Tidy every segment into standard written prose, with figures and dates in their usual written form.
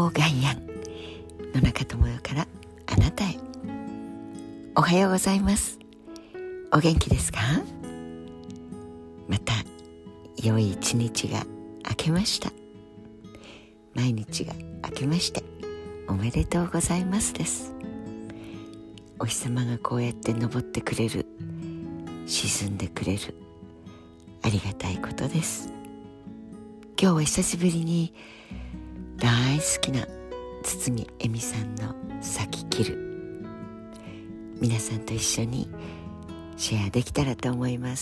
オーガンヤン野中智代からあなたへ。おはようございます。お元気ですか？また良い一日が明けました。毎日が明けましておめでとうございますです。お日様がこうやって昇ってくれる、沈んでくれる、ありがたいことです。今日は久しぶりに大好きな堤恵美さんの咲ききる、皆さんと一緒にシェアできたらと思います。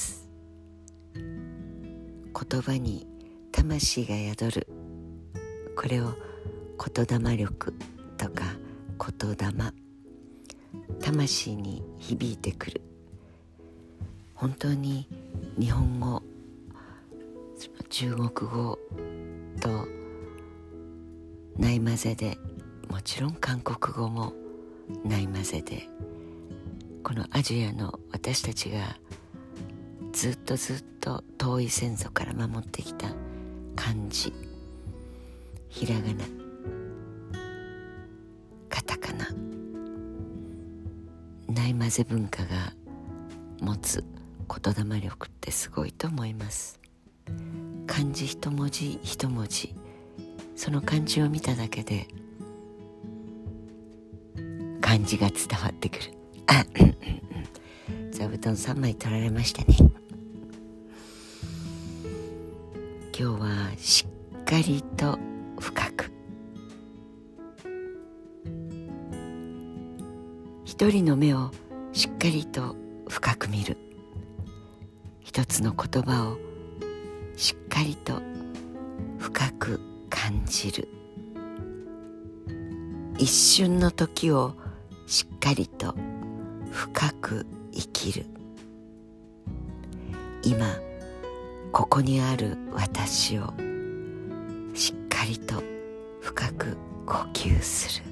言葉に魂が宿る、これを言霊力とか言霊、魂に響いてくる。本当に日本語、中国語とないまぜで、もちろん韓国語もないまぜで、このアジアの私たちがずっと遠い先祖から守ってきた漢字、ひらがな、カタカナ、ないまぜ文化が持つ言霊力ってすごいと思います。漢字一文字一文字、その漢字を見ただけで漢字が伝わってくる。座布団3枚取られましたね。今日はしっかりと深く、一人の目をしっかりと深く見る、一つの言葉をしっかりと深く感じる、一瞬の時をしっかりと深く生きる。今ここにある私をしっかりと深く呼吸する。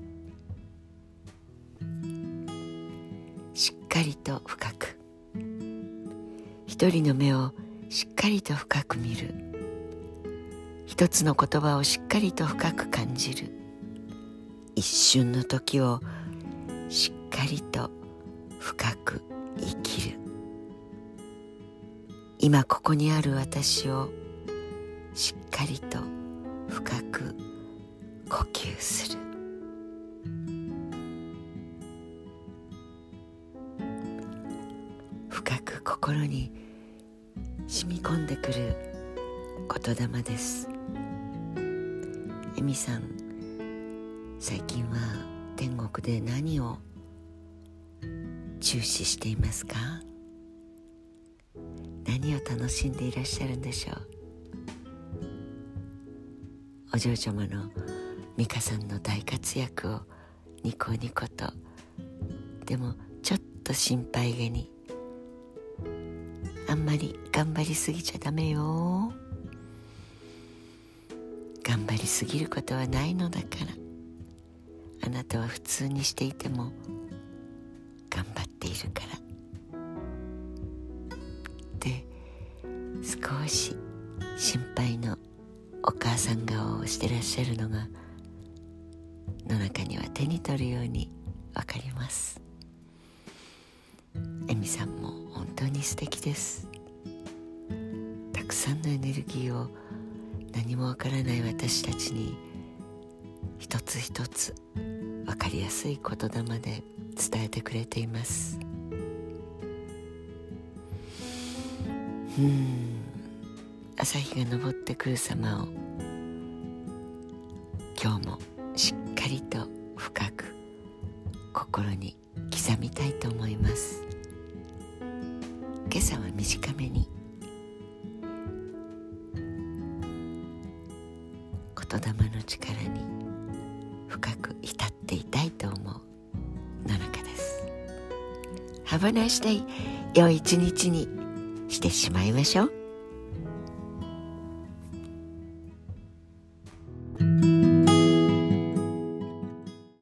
しっかりと深く、一人の目をしっかりと深く見る、一つの言葉をしっかりと深く感じる、一瞬の時をしっかりと深く生きる。今ここにある私をしっかりと深く呼吸する。深く心に染み込んでくる言霊です。恵美さん、最近は天国で何を注視していますか？何を楽しんでいらっしゃるんでしょう。お嬢様の美香さんの大活躍をニコニコと、でもちょっと心配げに、あんまり頑張りすぎちゃダメよ、頑張りすぎることはないのだから、あなたは普通にしていても頑張っているからで、少し心配のお母さん顔をしてらっしゃるのが野中には手に取るようにわかります。恵美さんも本当に素敵です。たくさんのエネルギーを何もわからない私たちに一つ一つわかりやすい言霊で伝えてくれています。朝日が昇ってくる様を今日もしっかりと深く心に刻みたいと思います。今朝は短めに言霊の力に深く浸っていたいと思う野中です。Have a nice day。良い一日にしてしまいましょう。